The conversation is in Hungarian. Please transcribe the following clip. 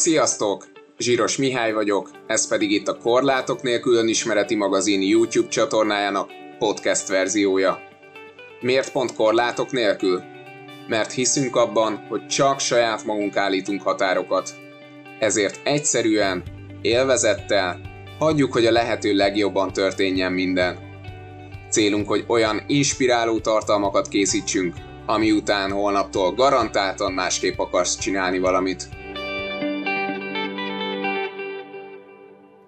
Sziasztok! Zsíros Mihály vagyok, ez pedig itt a Korlátok nélkül önismereti magazin YouTube csatornájának podcast verziója. Miért pont korlátok nélkül? Mert hiszünk abban, hogy csak saját magunk állítunk határokat. Ezért egyszerűen, élvezettel hagyjuk, hogy a lehető legjobban történjen minden. Célunk, hogy olyan inspiráló tartalmakat készítsünk, ami után holnaptól garantáltan másképp akarsz csinálni valamit.